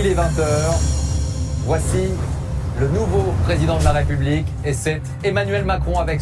il est 20h. Voici le nouveau président de la République et c'est Emmanuel Macron avec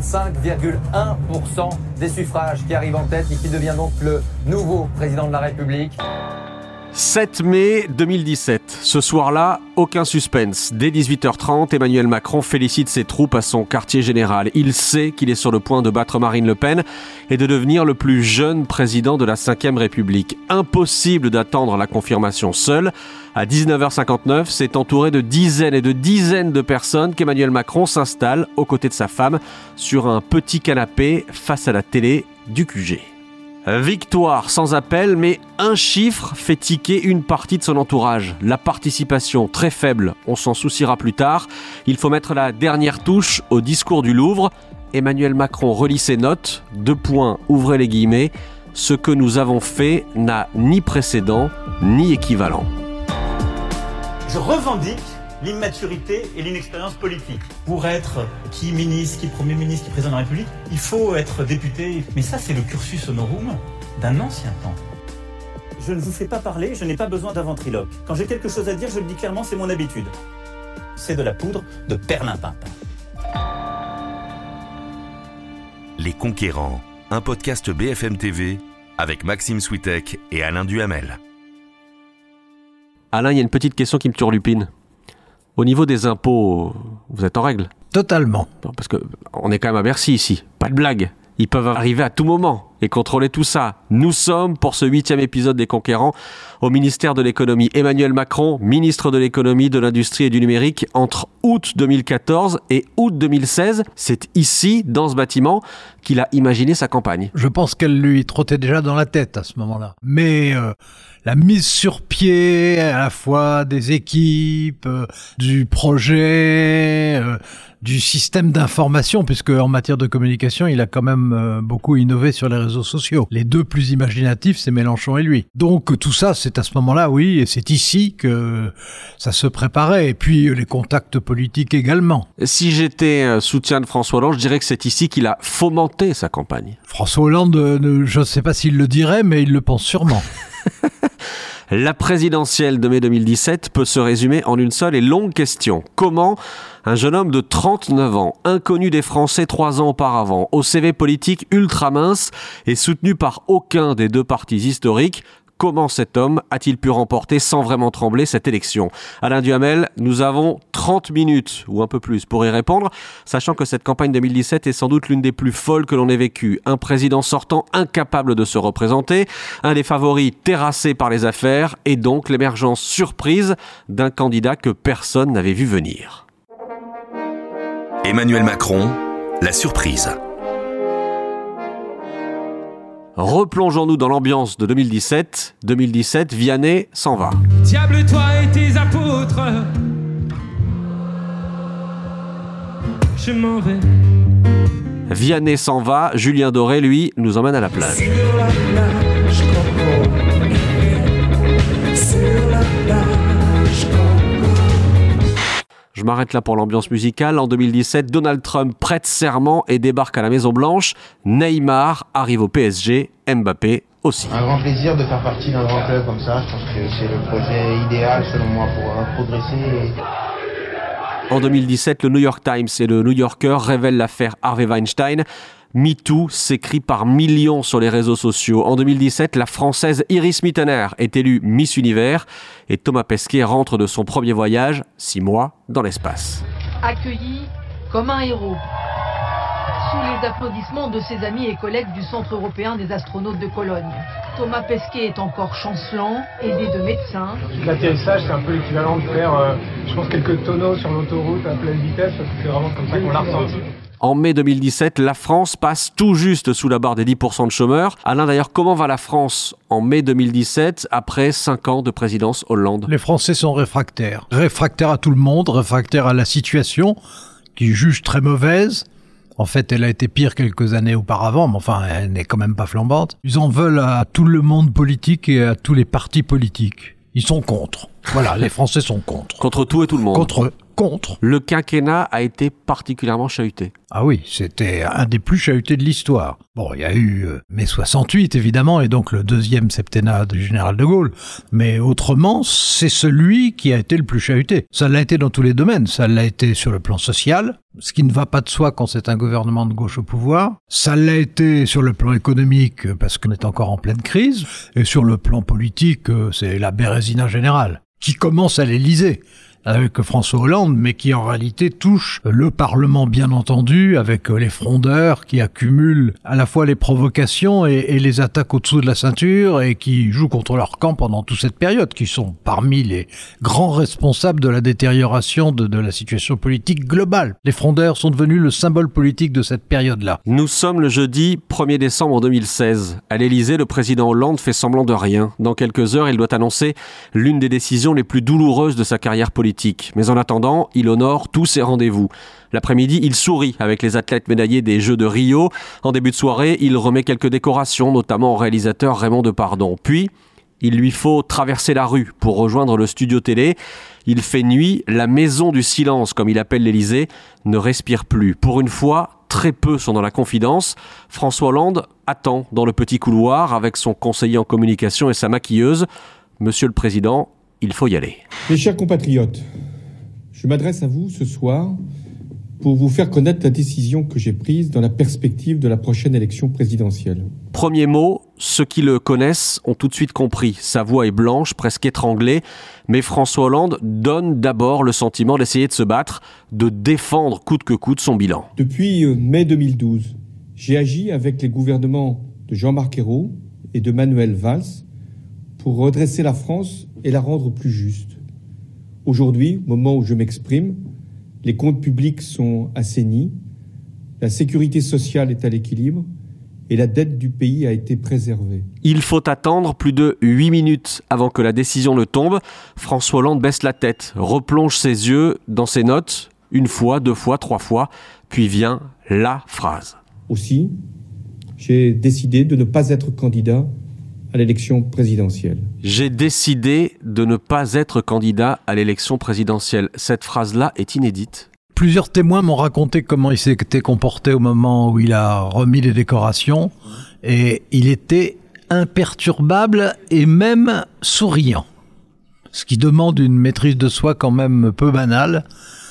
65,1% des suffrages qui arrive en tête et qui devient donc le nouveau président de la République. 7 mai 2017. Ce soir-là, aucun suspense. Dès 18h30, Emmanuel Macron félicite ses troupes à son quartier général. Il sait qu'il est sur le point de battre Marine Le Pen et de devenir le plus jeune président de la Ve République. Impossible d'attendre la confirmation seul. À 19h59, c'est entouré de dizaines et de dizaines de personnes qu'Emmanuel Macron s'installe aux côtés de sa femme sur un petit canapé face à la télé du QG. Victoire sans appel, mais un chiffre fait tiquer une partie de son entourage. La participation très faible, on s'en souciera plus tard. Il faut mettre la dernière touche au discours du Louvre. Emmanuel Macron relit ses notes. 2 points, ouvrez les guillemets. Ce que nous avons fait n'a ni précédent, ni équivalent. Je revendique l'immaturité et l'inexpérience politique. Pour être qui ministre, qui Premier ministre, qui président de la République, il faut être député. Mais ça, c'est le cursus honorum d'un ancien temps. Je ne vous fais pas parler, je n'ai pas besoin d'un ventriloque. Quand j'ai quelque chose à dire, je le dis clairement, c'est mon habitude. C'est de la poudre de perlimpinpin. Les Conquérants, un podcast BFM TV avec Maxime Switek et Alain Duhamel. Alain, il y a une petite question qui me turlupine. Au niveau des impôts, vous êtes en règle ? Totalement. Parce qu'on est quand même à Bercy ici, pas de blague. Ils peuvent arriver à tout moment et contrôler tout ça. Nous sommes, pour ce 8e épisode des Conquérants, au ministère de l'économie. Emmanuel Macron, ministre de l'économie, de l'industrie et du numérique, entre août 2014 et août 2016. C'est ici, dans ce bâtiment, qu'il a imaginé sa campagne. Je pense qu'elle lui trottait déjà dans la tête à ce moment-là. Mais la mise sur pied, à la fois des équipes, du projet, du système d'information, puisque en matière de communication, il a quand même beaucoup innové sur les réseaux sociaux. Les 2 plus imaginatifs, c'est Mélenchon et lui. Donc tout ça, c'est à ce moment-là, oui, et c'est ici que ça se préparait. Et puis les contacts politiques également. Si j'étais soutien de François Hollande, je dirais que c'est ici qu'il a fomenté sa campagne. François Hollande, je ne sais pas s'il le dirait, mais il le pense sûrement. La présidentielle de mai 2017 peut se résumer en une seule et longue question. Comment un jeune homme de 39 ans, inconnu des Français 3 ans auparavant, au CV politique ultra mince et soutenu par aucun des 2 partis historiques, comment cet homme a-t-il pu remporter sans vraiment trembler cette élection ? Alain Duhamel, nous avons 30 minutes ou un peu plus pour y répondre, sachant que cette campagne 2017 est sans doute l'une des plus folles que l'on ait vécues. Un président sortant incapable de se représenter, un des favoris terrassés par les affaires et donc l'émergence surprise d'un candidat que personne n'avait vu venir. Emmanuel Macron, la surprise. Replongeons-nous dans l'ambiance de 2017. 2017, Vianney s'en va. Diable toi et tes apôtres, je m'en vais. Vianney s'en va, Julien Doré, lui, nous emmène à la plage. Sur la plage, Coco. Sur la plage, Coco. Je m'arrête là pour l'ambiance musicale. En 2017, Donald Trump prête serment et débarque à la Maison-Blanche. Neymar arrive au PSG, Mbappé aussi. Un grand plaisir de faire partie d'un grand club comme ça. Je pense que c'est le projet idéal selon moi pour progresser. En 2017, le New York Times et le New Yorker révèlent l'affaire Harvey Weinstein. MeToo s'écrit par millions sur les réseaux sociaux. En 2017, la Française Iris Mittener est élue Miss Univers et Thomas Pesquet rentre de son premier voyage, 6 mois, dans l'espace. Accueilli comme un héros, sous les applaudissements de ses amis et collègues du Centre européen des astronautes de Cologne. Thomas Pesquet est encore chancelant, aidé de médecins. L'atterrissage, c'est un peu l'équivalent de faire, je pense, quelques tonneaux sur l'autoroute à pleine vitesse, parce que c'est vraiment comme ça qu'on l'a ressenti. En mai 2017, la France passe tout juste sous la barre des 10% de chômeurs. Alain, d'ailleurs, comment va la France en mai 2017, après 5 ans de présidence Hollande ? Les Français sont réfractaires. Réfractaires à tout le monde, réfractaires à la situation, qu'ils jugent très mauvaise. En fait, elle a été pire quelques années auparavant, mais enfin, elle n'est quand même pas flambante. Ils en veulent à tout le monde politique et à tous les partis politiques. Ils sont contre. Voilà, les Français sont contre. Contre tout et tout le monde. Contre eux. contre. Le quinquennat a été particulièrement chahuté. Ah oui, c'était un des plus chahutés de l'histoire. Bon, il y a eu mai 68, évidemment, et donc le deuxième septennat du général de Gaulle. Mais autrement, c'est celui qui a été le plus chahuté. Ça l'a été dans tous les domaines. Ça l'a été sur le plan social, ce qui ne va pas de soi quand c'est un gouvernement de gauche au pouvoir. Ça l'a été sur le plan économique, parce qu'on est encore en pleine crise. Et sur le plan politique, c'est la bérésina générale, qui commence à l'Élysée, avec François Hollande, mais qui en réalité touche le Parlement, bien entendu, avec les frondeurs qui accumulent à la fois les provocations et les attaques au-dessous de la ceinture et qui jouent contre leur camp pendant toute cette période, qui sont parmi les grands responsables de la détérioration de la situation politique globale. Les frondeurs sont devenus le symbole politique de cette période-là. Nous sommes le jeudi 1er décembre 2016. À l'Élysée, le président Hollande fait semblant de rien. Dans quelques heures, il doit annoncer l'une des décisions les plus douloureuses de sa carrière politique. Mais en attendant, il honore tous ses rendez-vous. L'après-midi, il sourit avec les athlètes médaillés des Jeux de Rio. En début de soirée, il remet quelques décorations, notamment au réalisateur Raymond Depardon. Puis, il lui faut traverser la rue pour rejoindre le studio télé. Il fait nuit, la maison du silence, comme il appelle l'Élysée, ne respire plus. Pour une fois, très peu sont dans la confidence. François Hollande attend dans le petit couloir avec son conseiller en communication et sa maquilleuse. Monsieur le Président, il faut y aller. Mes chers compatriotes, je m'adresse à vous ce soir pour vous faire connaître la décision que j'ai prise dans la perspective de la prochaine élection présidentielle. Premier mot, ceux qui le connaissent ont tout de suite compris. Sa voix est blanche, presque étranglée, mais François Hollande donne d'abord le sentiment d'essayer de se battre, de défendre coûte que coûte son bilan. Depuis mai 2012, j'ai agi avec les gouvernements de Jean-Marc Ayrault et de Manuel Valls pour redresser la France et la rendre plus juste. Aujourd'hui, au moment où je m'exprime, les comptes publics sont assainis, la sécurité sociale est à l'équilibre et la dette du pays a été préservée. Il faut attendre plus de 8 minutes avant que la décision ne tombe. François Hollande baisse la tête, replonge ses yeux dans ses notes, une fois, 2 fois, 3 fois, puis vient la phrase. Aussi, j'ai décidé de ne pas être candidat à l'élection présidentielle. J'ai décidé de ne pas être candidat à l'élection présidentielle. Cette phrase-là est inédite. Plusieurs témoins m'ont raconté comment il s'était comporté au moment où il a remis les décorations. Et il était imperturbable et même souriant. Ce qui demande une maîtrise de soi quand même peu banale.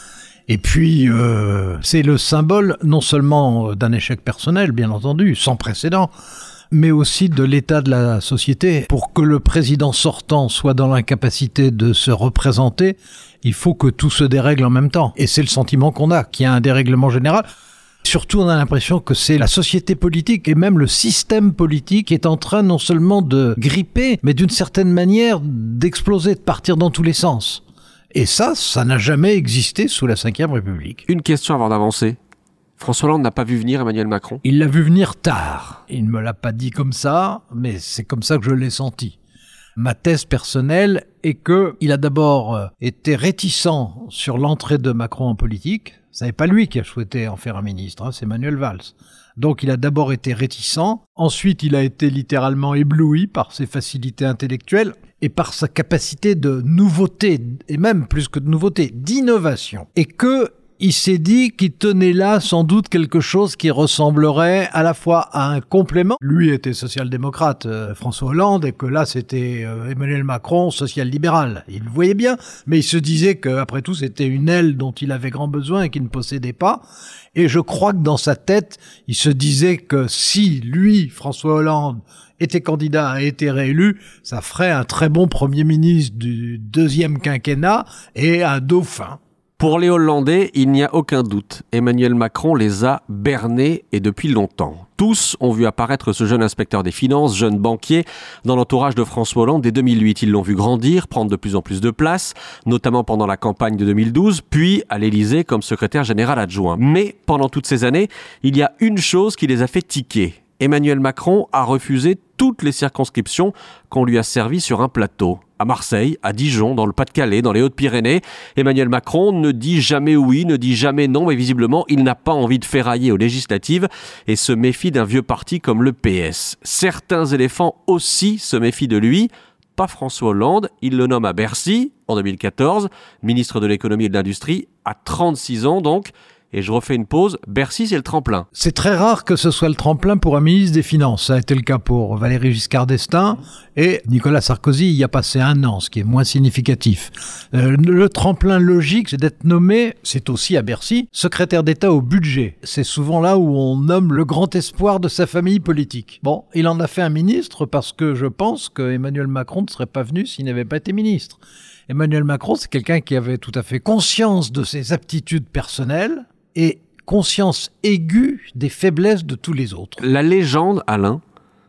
Et puis, c'est le symbole non seulement d'un échec personnel, bien entendu, sans précédent, mais aussi de l'état de la société. Pour que le président sortant soit dans l'incapacité de se représenter, il faut que tout se dérègle en même temps. Et c'est le sentiment qu'on a, qu'il y a un dérèglement général. Surtout, on a l'impression que c'est la société politique et même le système politique qui est en train non seulement de gripper, mais d'une certaine manière d'exploser, de partir dans tous les sens. Et ça n'a jamais existé sous la Ve République. Une question avant d'avancer. François Hollande n'a pas vu venir Emmanuel Macron ? Il l'a vu venir tard. Il ne me l'a pas dit comme ça, mais c'est comme ça que je l'ai senti. Ma thèse personnelle est qu'il a d'abord été réticent sur l'entrée de Macron en politique. Ce n'est pas lui qui a souhaité en faire un ministre, c'est Manuel Valls. Donc il a d'abord été réticent, ensuite il a été littéralement ébloui par ses facilités intellectuelles et par sa capacité de nouveauté, et même plus que de nouveauté, d'innovation. Et il s'est dit qu'il tenait là sans doute quelque chose qui ressemblerait à la fois à un complément. Lui était social-démocrate, François Hollande, et que là c'était Emmanuel Macron, social-libéral. Il le voyait bien, mais il se disait qu'après tout c'était une aile dont il avait grand besoin et qu'il ne possédait pas. Et je crois que dans sa tête, il se disait que si lui, François Hollande, était candidat, a été réélu, ça ferait un très bon Premier ministre du deuxième quinquennat et un dauphin. Pour les Hollandais, il n'y a aucun doute. Emmanuel Macron les a bernés et depuis longtemps. Tous ont vu apparaître ce jeune inspecteur des finances, jeune banquier, dans l'entourage de François Hollande dès 2008. Ils l'ont vu grandir, prendre de plus en plus de place, notamment pendant la campagne de 2012, puis à l'Élysée comme secrétaire général adjoint. Mais pendant toutes ces années, il y a une chose qui les a fait tiquer. Emmanuel Macron a refusé toutes les circonscriptions qu'on lui a servies sur un plateau. À Marseille, à Dijon, dans le Pas-de-Calais, dans les Hautes-Pyrénées, Emmanuel Macron ne dit jamais oui, ne dit jamais non, mais visiblement, il n'a pas envie de ferrailler aux législatives et se méfie d'un vieux parti comme le PS. Certains éléphants aussi se méfient de lui, pas François Hollande. Il le nomme à Bercy en 2014, ministre de l'économie et de l'industrie, à 36 ans donc. Et je refais une pause. Bercy, c'est le tremplin. C'est très rare que ce soit le tremplin pour un ministre des Finances. Ça a été le cas pour Valéry Giscard d'Estaing et Nicolas Sarkozy y a passé 1 an, ce qui est moins significatif. Le tremplin logique, c'est d'être nommé, c'est aussi à Bercy, secrétaire d'État au budget. C'est souvent là où on nomme le grand espoir de sa famille politique. Bon, il en a fait un ministre parce que je pense que Emmanuel Macron ne serait pas venu s'il n'avait pas été ministre. Emmanuel Macron, c'est quelqu'un qui avait tout à fait conscience de ses aptitudes personnelles et conscience aiguë des faiblesses de tous les autres. La légende, Alain,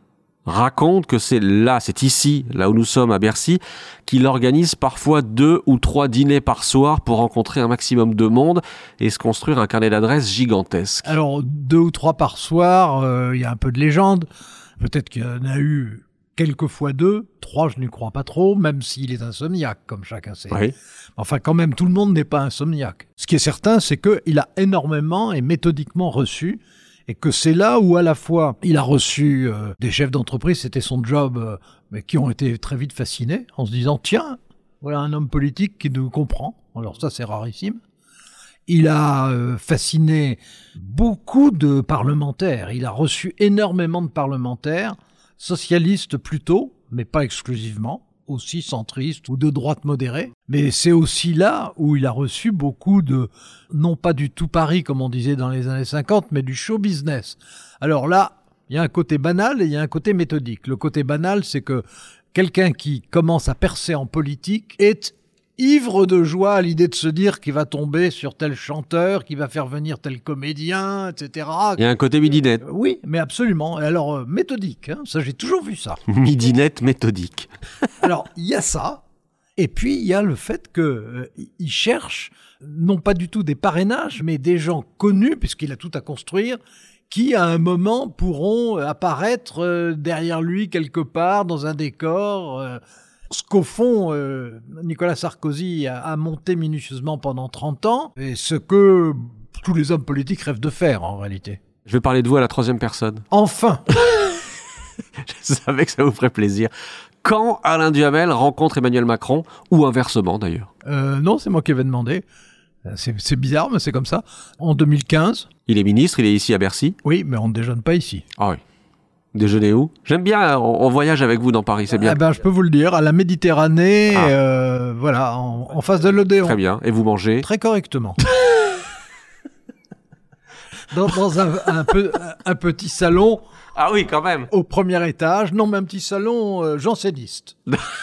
raconte que c'est ici, là où nous sommes à Bercy, qu'il organise parfois 2 ou 3 dîners par soir pour rencontrer un maximum de monde et se construire un carnet d'adresses gigantesque. Alors, 2 ou 3 par soir, il y a un peu de légende. Peut-être qu'il y en a eu quelques fois 2, 3 je n'y crois pas trop, même s'il est insomniaque, comme chacun sait. Oui. Enfin, quand même, tout le monde n'est pas insomniaque. Ce qui est certain, c'est qu'il a énormément et méthodiquement reçu, et que c'est là où, à la fois, il a reçu des chefs d'entreprise, c'était son job, mais qui ont été très vite fascinés, en se disant, tiens, voilà un homme politique qui nous comprend. Alors ça, c'est rarissime. Il a fasciné beaucoup de parlementaires. Il a reçu énormément de parlementaires, socialistes plutôt, mais pas exclusivement, aussi centristes ou de droite modérée. Mais c'est aussi là où il a reçu beaucoup de, non pas du tout Paris comme on disait dans les années 50, mais du show business. Alors là, il y a un côté banal et il y a un côté méthodique. Le côté banal, c'est que quelqu'un qui commence à percer en politique est ivre de joie à l'idée de se dire qu'il va tomber sur tel chanteur, qu'il va faire venir tel comédien, etc. Il y a un côté midinette. Oui, mais absolument. Et alors, méthodique, hein, ça j'ai toujours vu ça. Midinette méthodique. Alors, il y a ça, et puis il y a le fait qu'il cherche, non pas du tout des parrainages, mais des gens connus, puisqu'il a tout à construire, qui à un moment pourront apparaître derrière lui quelque part dans un décor... Ce qu'au fond, Nicolas Sarkozy a monté minutieusement pendant 30 ans, et ce que tous les hommes politiques rêvent de faire, en réalité. Je vais parler de vous à la 3e personne. Enfin. Je savais que ça vous ferait plaisir. Quand Alain Duhamel rencontre Emmanuel Macron, ou inversement d'ailleurs? Non, c'est moi qui avais demandé. C'est bizarre, mais c'est comme ça. En 2015. Il est ministre, il est ici à Bercy? Oui, mais on ne déjeune pas ici. Ah oui. Déjeuner où? J'aime bien, on voyage avec vous dans Paris, c'est bien. Eh ben, je peux vous le dire, à la Méditerranée, voilà, en face de l'Odéon. Très bien, et vous mangez? Très correctement. dans un petit salon. Ah oui, quand même. Au premier étage, non, mais un petit salon janséniste.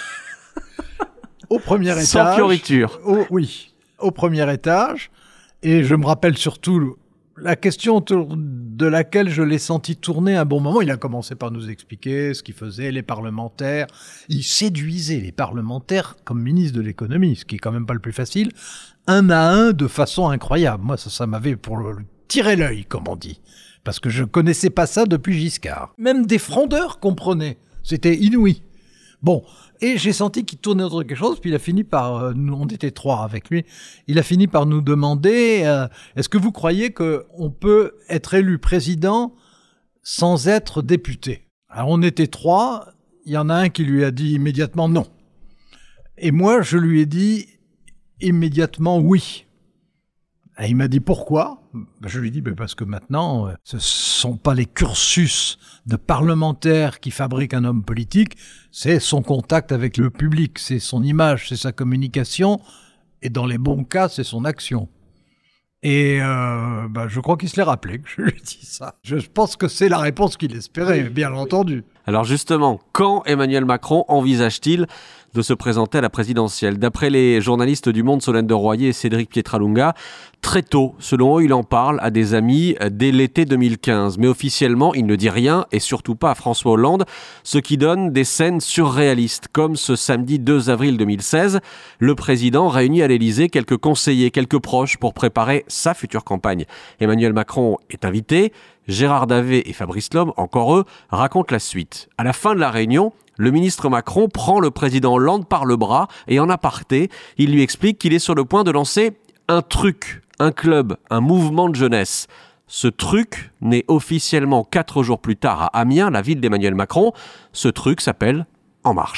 Au premier étage. Sans fioriture. Oui, au premier étage. Et je me rappelle surtout... La question autour de laquelle je l'ai senti tourner un bon moment, il a commencé par nous expliquer ce qu'il faisait, les parlementaires. Il séduisait les parlementaires comme ministre de l'économie, ce qui est quand même pas le plus facile, un à un de façon incroyable. Moi, ça m'avait pour le tirer l'œil, comme on dit. Parce que je connaissais pas ça depuis Giscard. Même des frondeurs comprenaient. C'était inouï. Bon. Et j'ai senti qu'il tournait autour de quelque chose, puis il a fini par, on était 3 avec lui, il a fini par nous demander, est-ce que vous croyez qu'on peut être élu président sans être député? Alors on était 3, il y en a un qui lui a dit immédiatement non. Et moi je lui ai dit immédiatement oui. Et il m'a dit pourquoi? Je lui ai dit parce que maintenant, ce sont pas les cursus de parlementaires qui fabriquent un homme politique, c'est son contact avec le public, c'est son image, c'est sa communication, et dans les bons cas, c'est son action. Et je crois qu'il se l'est rappelé que je lui ai dit ça. Je pense que c'est la réponse qu'il espérait, bien entendu. Alors justement, quand Emmanuel Macron envisage-t-il de se présenter à la présidentielle? D'après les journalistes du Monde, Solène de Royer et Cédric Pietralunga, très tôt, selon eux, il en parle à des amis dès l'été 2015. Mais officiellement, il ne dit rien, et surtout pas à François Hollande, ce qui donne des scènes surréalistes, comme ce samedi 2 avril 2016. Le président réunit à l'Élysée quelques conseillers, quelques proches pour préparer sa future campagne. Emmanuel Macron est invité. Gérard Davet et Fabrice Lhomme, encore eux, racontent la suite. À la fin de la réunion, le ministre Macron prend le président Hollande par le bras et en aparté, il lui explique qu'il est sur le point de lancer un truc, un club, un mouvement de jeunesse. Ce truc naît officiellement 4 jours plus tard à Amiens, la ville d'Emmanuel Macron. Ce truc s'appelle En Marche.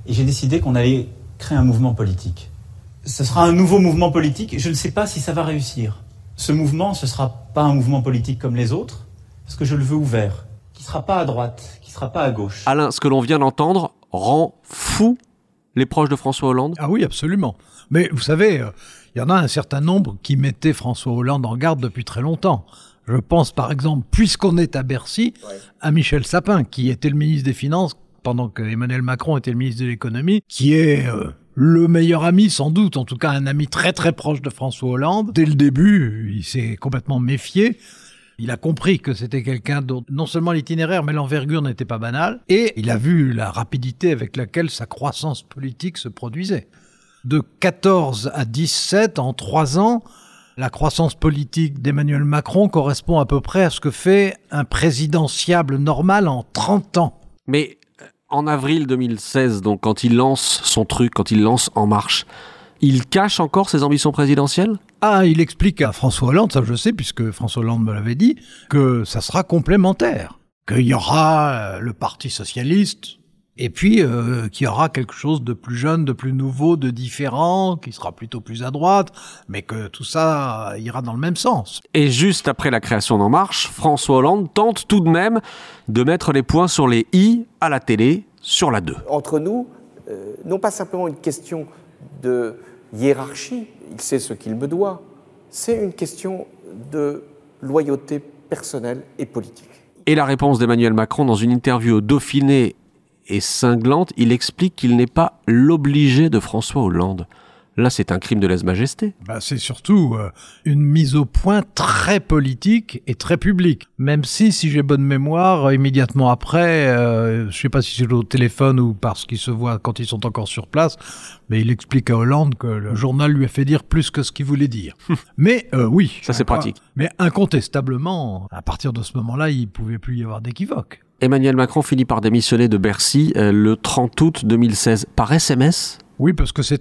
et j'ai décidé qu'on allait créer un mouvement politique. Ce sera un nouveau mouvement politique, je ne sais pas si ça va réussir. Ce mouvement, ce ne sera pas un mouvement politique comme les autres, parce que je le veux ouvert, qui ne sera pas à droite, qui ne sera pas à gauche. Alain, ce que l'on vient d'entendre rend fou les proches de François Hollande? Ah oui, absolument. Mais vous savez, il y en a un certain nombre qui mettaient François Hollande en garde depuis très longtemps. Je pense par exemple, puisqu'on est à Bercy, à Michel Sapin, qui était le ministre des Finances pendant que Emmanuel Macron était le ministre de l'Économie, qui est le meilleur ami sans doute, en tout cas un ami très très proche de François Hollande. Dès le début, il s'est complètement méfié. Il a compris que c'était quelqu'un dont non seulement l'itinéraire, mais l'envergure n'était pas banale. Et il a vu la rapidité avec laquelle sa croissance politique se produisait. De 14 à 17, en 3 ans, la croissance politique d'Emmanuel Macron correspond à peu près à ce que fait un présidentiable normal en 30 ans. Mais en avril 2016, donc quand il lance son truc, quand il lance En Marche, il cache encore ses ambitions présidentielles ? Ah, il explique à François Hollande, ça je sais puisque François Hollande me l'avait dit, que ça sera complémentaire, qu'il y aura le Parti socialiste, et puis qu'il y aura quelque chose de plus jeune, de plus nouveau, de différent, qui sera plutôt plus à droite, mais que tout ça ira dans le même sens. Et juste après la création d'En Marche, François Hollande tente tout de même de mettre les points sur les i à la télé, sur la 2. Entre nous, non pas simplement une question de hiérarchie, il sait ce qu'il me doit, c'est une question de loyauté personnelle et politique. Et la réponse d'Emmanuel Macron dans une interview au Dauphiné est cinglante. Il explique qu'il n'est pas l'obligé de François Hollande. Là, c'est un crime de lèse-majesté. C'est surtout une mise au point très politique et très publique. Même si j'ai bonne mémoire, immédiatement après, je ne sais pas si c'est au téléphone ou parce qu'ils se voient quand ils sont encore sur place, mais il explique à Hollande que le journal lui a fait dire plus que ce qu'il voulait dire. Mais oui. Ça, c'est pratique. Mais incontestablement, à partir de ce moment-là, il ne pouvait plus y avoir d'équivoque. Emmanuel Macron finit par démissionner de Bercy le 30 août 2016 par SMS. Oui, parce que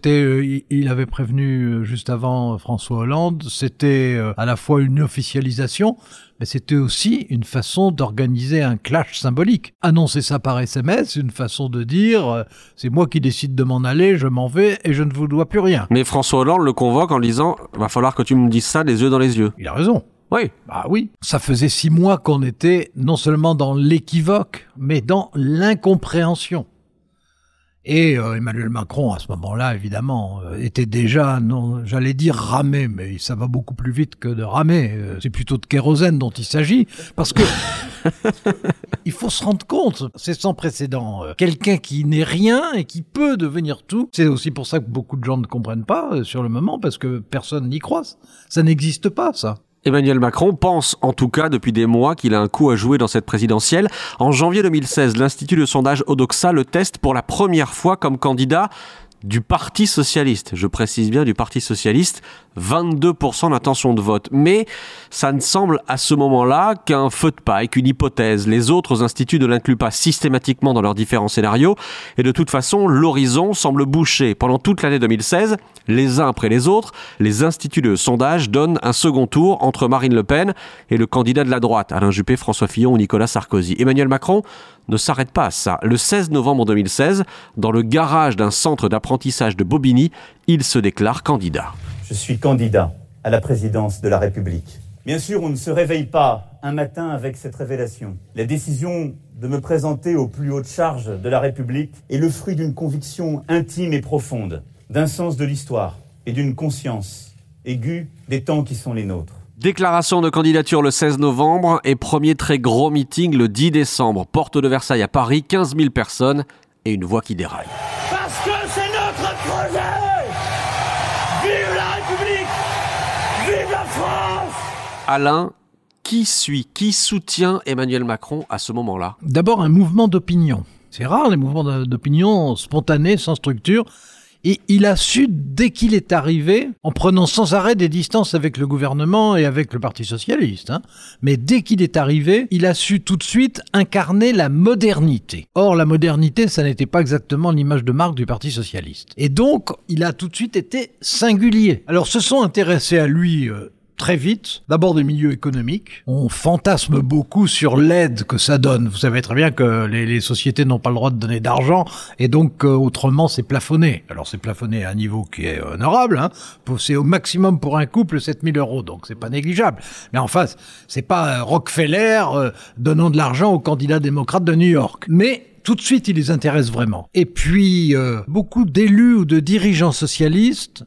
il avait prévenu juste avant François Hollande, c'était à la fois une officialisation, mais c'était aussi une façon d'organiser un clash symbolique. Annoncer ça par SMS, une façon de dire, c'est moi qui décide de m'en aller, je m'en vais et je ne vous dois plus rien. Mais François Hollande le convoque en disant, va falloir que tu me dises ça les yeux dans les yeux. Il a raison. Oui. Oui. Ça faisait 6 mois qu'on était non seulement dans l'équivoque, mais dans l'incompréhension. Et Emmanuel Macron, à ce moment-là, évidemment, était déjà, non, j'allais dire ramé, mais ça va beaucoup plus vite que de ramer. C'est plutôt de kérosène dont il s'agit, parce que il faut se rendre compte, c'est sans précédent. Quelqu'un qui n'est rien et qui peut devenir tout. C'est aussi pour ça que beaucoup de gens ne comprennent pas sur le moment, parce que personne n'y croit. Ça n'existe pas, ça. Emmanuel Macron pense en tout cas depuis des mois qu'il a un coup à jouer dans cette présidentielle. En janvier 2016, l'Institut de sondage Odoxa le teste pour la première fois comme candidat du Parti socialiste. Je précise bien du Parti socialiste, 22% d'intention de vote. Mais ça ne semble à ce moment-là qu'un feu de paille, qu'une hypothèse. Les autres instituts ne l'incluent pas systématiquement dans leurs différents scénarios. Et de toute façon, l'horizon semble bouché. Pendant toute l'année 2016, les uns après les autres, les instituts de sondage donnent un second tour entre Marine Le Pen et le candidat de la droite, Alain Juppé, François Fillon ou Nicolas Sarkozy. Emmanuel Macron ne s'arrête pas à ça. Le 16 novembre 2016, dans le garage d'un centre d'apprentissage de Bobigny, il se déclare candidat. Je suis candidat à la présidence de la République. Bien sûr, on ne se réveille pas un matin avec cette révélation. La décision de me présenter aux plus hautes charges de la République est le fruit d'une conviction intime et profonde, d'un sens de l'histoire et d'une conscience aiguë des temps qui sont les nôtres. Déclaration de candidature le 16 novembre et premier très gros meeting le 10 décembre. Porte de Versailles à Paris, 15 000 personnes et une voix qui déraille. Parce que c'est notre projet! Vive la République! Vive la France! Alain, qui soutient Emmanuel Macron à ce moment-là? D'abord, un mouvement d'opinion. C'est rare les mouvements d'opinion spontanés, sans structure. Et il a su, dès qu'il est arrivé, en prenant sans arrêt des distances avec le gouvernement et avec le Parti socialiste, mais dès qu'il est arrivé, il a su tout de suite incarner la modernité. Or, la modernité, ça n'était pas exactement l'image de marque du Parti socialiste. Et donc, il a tout de suite été singulier. Alors, se sont intéressés à lui très vite, d'abord des milieux économiques. On fantasme beaucoup sur l'aide que ça donne. Vous savez très bien que les sociétés n'ont pas le droit de donner d'argent, et donc autrement c'est plafonné. Alors c'est plafonné à un niveau qui est honorable, hein. C'est au maximum pour un couple 7 000 €, donc c'est pas négligeable. Mais en face, c'est pas Rockefeller donnant de l'argent aux candidats démocrates de New York. Mais tout de suite, il les intéresse vraiment. Et puis, beaucoup d'élus ou de dirigeants socialistes,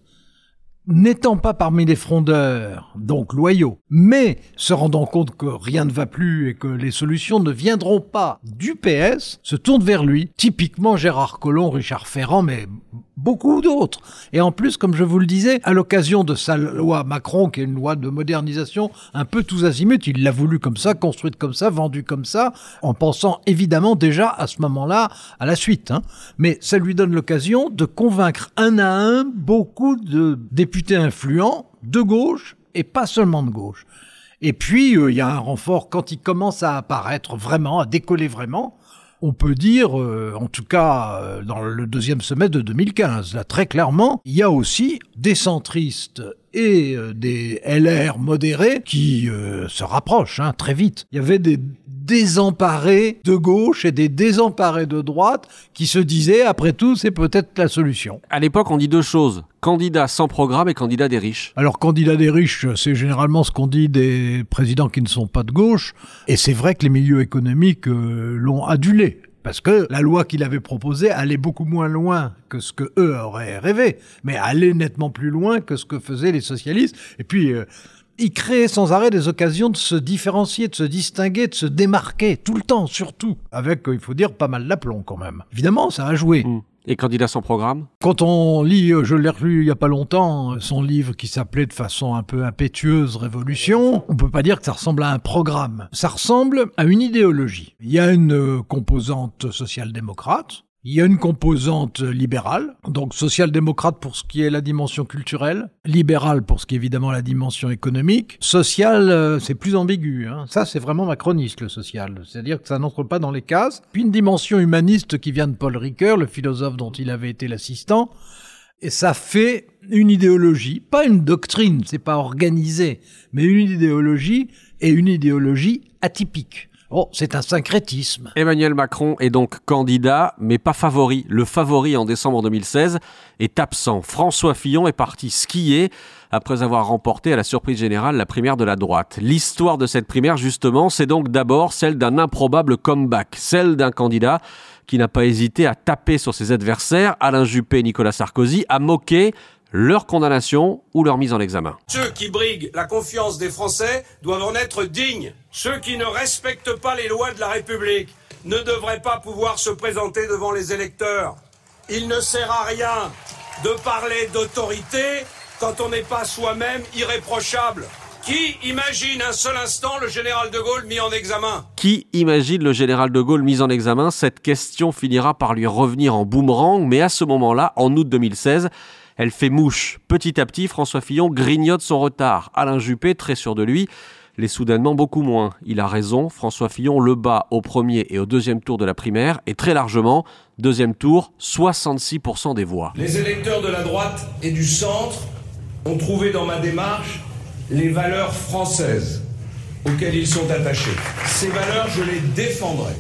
n'étant pas parmi les frondeurs, donc loyaux, mais se rendant compte que rien ne va plus et que les solutions ne viendront pas du PS, se tournent vers lui. Typiquement Gérard Collomb, Richard Ferrand, mais beaucoup d'autres. Et en plus, comme je vous le disais, à l'occasion de sa loi Macron, qui est une loi de modernisation un peu tous azimuts, il l'a voulu comme ça, construite comme ça, vendue comme ça, en pensant évidemment déjà à ce moment-là à la suite. Mais ça lui donne l'occasion de convaincre un à un beaucoup de députés influents de gauche et pas seulement de gauche. Et puis, il y a un renfort quand il commence à apparaître vraiment, à décoller vraiment. On peut dire, en tout cas dans le deuxième semestre de 2015, là très clairement, il y a aussi des centristes et des LR modérés qui se rapprochent très vite. Il y avait des désemparés de gauche et des désemparés de droite qui se disaient, après tout, c'est peut-être la solution. À l'époque, on dit deux choses. Candidat sans programme et candidat des riches. Alors, candidat des riches, c'est généralement ce qu'on dit des présidents qui ne sont pas de gauche. Et c'est vrai que les milieux économiques l'ont adulé. Parce que la loi qu'il avait proposée allait beaucoup moins loin que ce que eux auraient rêvé. Mais allait nettement plus loin que ce que faisaient les socialistes. Et puis, il créait sans arrêt des occasions de se différencier, de se distinguer, de se démarquer, tout le temps, surtout. Avec, il faut dire, pas mal d'aplomb quand même. Évidemment, ça a joué. Et candidat sans programme ? Quand on lit, je l'ai relu il y a pas longtemps, son livre qui s'appelait de façon un peu impétueuse Révolution, on peut pas dire que ça ressemble à un programme. Ça ressemble à une idéologie. Il y a une composante social-démocrate, il y a une composante libérale, donc social-démocrate pour ce qui est la dimension culturelle, libérale pour ce qui est évidemment la dimension économique. Social, c'est plus ambigu. Ça, c'est vraiment macroniste, le social. C'est-à-dire que ça n'entre pas dans les cases. Puis une dimension humaniste qui vient de Paul Ricoeur, le philosophe dont il avait été l'assistant. Et ça fait une idéologie, pas une doctrine, c'est pas organisé, mais une idéologie et une idéologie atypique. Oh, c'est un syncrétisme. Emmanuel Macron est donc candidat, mais pas favori. Le favori en décembre 2016 est absent. François Fillon est parti skier après avoir remporté à la surprise générale la primaire de la droite. L'histoire de cette primaire, justement, c'est donc d'abord celle d'un improbable comeback, celle d'un candidat qui n'a pas hésité à taper sur ses adversaires, Alain Juppé et Nicolas Sarkozy, à moquer leur condamnation ou leur mise en examen. Ceux qui briguent la confiance des Français doivent en être dignes. Ceux qui ne respectent pas les lois de la République ne devraient pas pouvoir se présenter devant les électeurs. Il ne sert à rien de parler d'autorité quand on n'est pas soi-même irréprochable. Qui imagine un seul instant le général de Gaulle mis en examen ? Qui imagine le général de Gaulle mis en examen ? Cette question finira par lui revenir en boomerang, mais à ce moment-là, en août 2016, elle fait mouche. Petit à petit, François Fillon grignote son retard. Alain Juppé, très sûr de lui, l'est soudainement beaucoup moins. Il a raison, François Fillon le bat au premier et au deuxième tour de la primaire, et très largement, deuxième tour, 66% des voix. Les électeurs de la droite et du centre ont trouvé dans ma démarche les valeurs françaises auxquelles ils sont attachés. Ces valeurs, je les défendrai.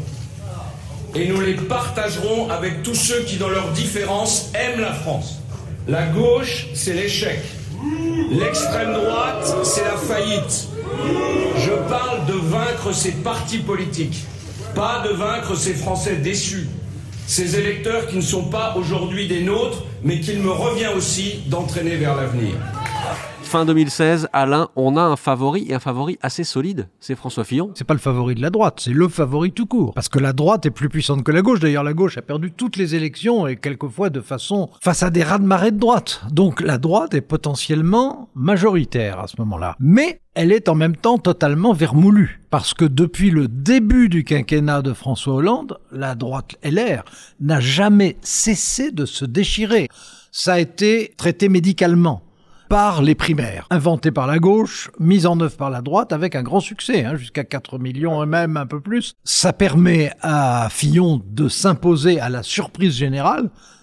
Et nous les partagerons avec tous ceux qui, dans leurs différences, aiment la France. La gauche, c'est l'échec. L'extrême droite, c'est la faillite. Je parle de vaincre ces partis politiques, pas de vaincre ces Français déçus, ces électeurs qui ne sont pas aujourd'hui des nôtres, mais qu'il me revient aussi d'entraîner vers l'avenir. Fin 2016, Alain, on a un favori, et un favori assez solide, c'est François Fillon. C'est pas le favori de la droite, c'est le favori tout court. Parce que la droite est plus puissante que la gauche. D'ailleurs, la gauche a perdu toutes les élections et quelquefois de façon face à des raz-de-marée de droite. Donc la droite est potentiellement majoritaire à ce moment-là. Mais elle est en même temps totalement vermoulue. Parce que depuis le début du quinquennat de François Hollande, la droite LR n'a jamais cessé de se déchirer. Ça a été traité médicalement par les primaires, inventées par la gauche, mises en œuvre par la droite avec un grand succès, jusqu'à 4 millions et même un peu plus. Ça permet à Fillon de s'imposer à la surprise générale,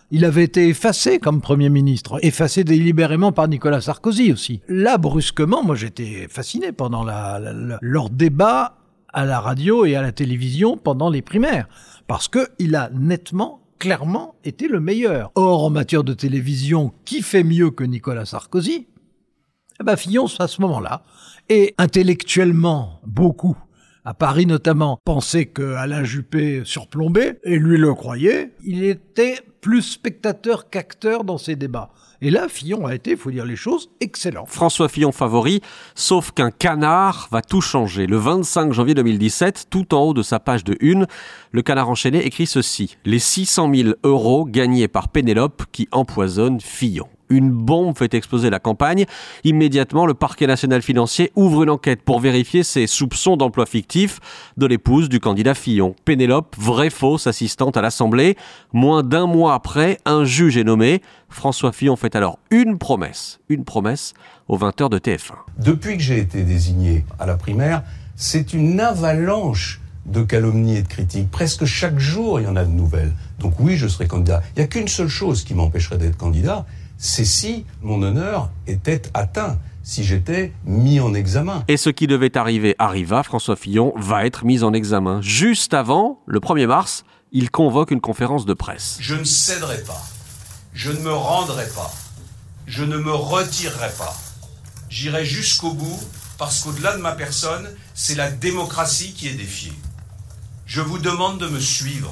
Il avait été effacé comme Premier ministre, effacé délibérément par Nicolas Sarkozy aussi. Là, brusquement, moi j'étais fasciné pendant leur débat à la radio et à la télévision pendant les primaires, parce qu'il a clairement été le meilleur. Or, en matière de télévision, qui fait mieux que Nicolas Sarkozy ? Fillon, à ce moment-là, et intellectuellement, beaucoup, à Paris notamment, pensaient que Alain Juppé surplombait, et lui le croyait. Il était plus spectateur qu'acteur dans ces débats. Et là, Fillon a été, il faut dire les choses, excellent. François Fillon favori, sauf qu'un canard va tout changer. Le 25 janvier 2017, tout en haut de sa page de une, le Canard enchaîné écrit ceci. Les 600 000 € gagnés par Pénélope qui empoisonne Fillon. Une bombe fait exploser la campagne. Immédiatement, le parquet national financier ouvre une enquête pour vérifier ces soupçons d'emploi fictif de l'épouse du candidat Fillon. Pénélope, vraie fausse assistante à l'Assemblée. Moins d'un mois après, un juge est nommé. François Fillon fait alors une promesse aux 20h de TF1. Depuis que j'ai été désigné à la primaire, c'est une avalanche de calomnies et de critiques. Presque chaque jour, il y en a de nouvelles. Donc oui, je serai candidat. Il n'y a qu'une seule chose qui m'empêcherait d'être candidat, c'est si mon honneur était atteint, si j'étais mis en examen. Et ce qui devait arriver arriva, François Fillon va être mis en examen. Juste avant, le 1er mars, il convoque une conférence de presse. Je ne céderai pas, je ne me rendrai pas, je ne me retirerai pas. J'irai jusqu'au bout, parce qu'au-delà de ma personne, c'est la démocratie qui est défiée. Je vous demande de me suivre.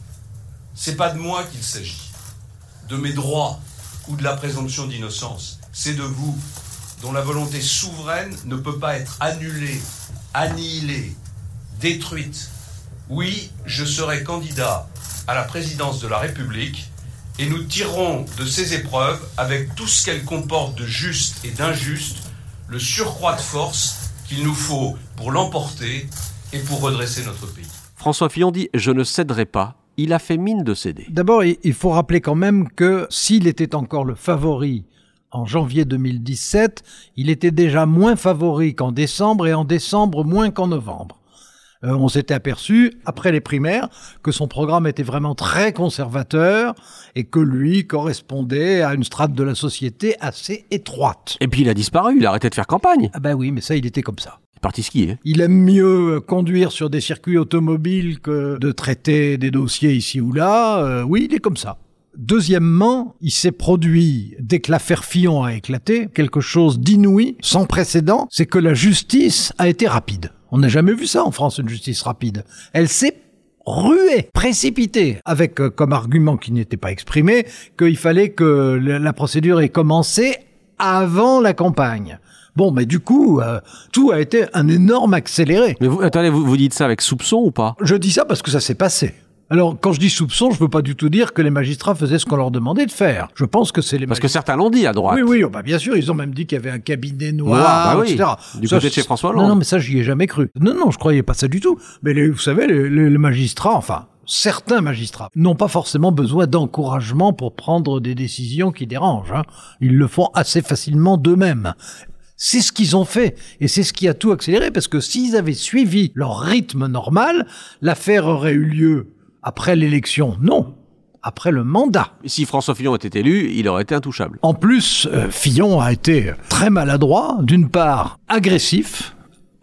C'est pas de moi qu'il s'agit, de mes droits, ou de la présomption d'innocence. C'est de vous, dont la volonté souveraine ne peut pas être annulée, annihilée, détruite. Oui, je serai candidat à la présidence de la République et nous tirerons de ces épreuves, avec tout ce qu'elles comportent de juste et d'injuste, le surcroît de force qu'il nous faut pour l'emporter et pour redresser notre pays. François Fillon dit « Je ne céderai pas ». Il a fait mine de céder. D'abord, il faut rappeler quand même que s'il était encore le favori en janvier 2017, il était déjà moins favori qu'en décembre et en décembre moins qu'en novembre. On s'était aperçu, après les primaires, que son programme était vraiment très conservateur et que lui correspondait à une strate de la société assez étroite. Et puis il a disparu, il a arrêté de faire campagne. Ah ben oui, mais ça, il était comme ça. Parti skier. Il aime mieux conduire sur des circuits automobiles que de traiter des dossiers ici ou là. Oui, il est comme ça. Deuxièmement, il s'est produit, dès que l'affaire Fillon a éclaté, quelque chose d'inouï, sans précédent, c'est que la justice a été rapide. On n'a jamais vu ça en France, une justice rapide. Elle s'est ruée, précipitée, avec comme argument qui n'était pas exprimé, qu'il fallait que la procédure ait commencé avant la campagne. Bon, mais du coup, tout a été un énorme accéléré. Mais vous dites ça avec soupçon ou pas ? Je dis ça parce que ça s'est passé. Alors, quand je dis soupçon, je veux pas du tout dire que les magistrats faisaient ce qu'on leur demandait de faire. Je pense que c'est les Parce que certains l'ont dit à droite. Oui, bien sûr, ils ont même dit qu'il y avait un cabinet noir, etc. Du côté de chez François Hollande. Non, mais ça, j'y ai jamais cru. Non, je croyais pas ça du tout. Mais vous savez, les magistrats, enfin, certains magistrats n'ont pas forcément besoin d'encouragement pour prendre des décisions qui dérangent. Ils le font assez facilement d'eux-mêmes. C'est ce qu'ils ont fait, et c'est ce qui a tout accéléré, parce que s'ils avaient suivi leur rythme normal, l'affaire aurait eu lieu après l'élection. Non, après le mandat. Si François Fillon était élu, il aurait été intouchable. En plus, Fillon a été très maladroit, d'une part agressif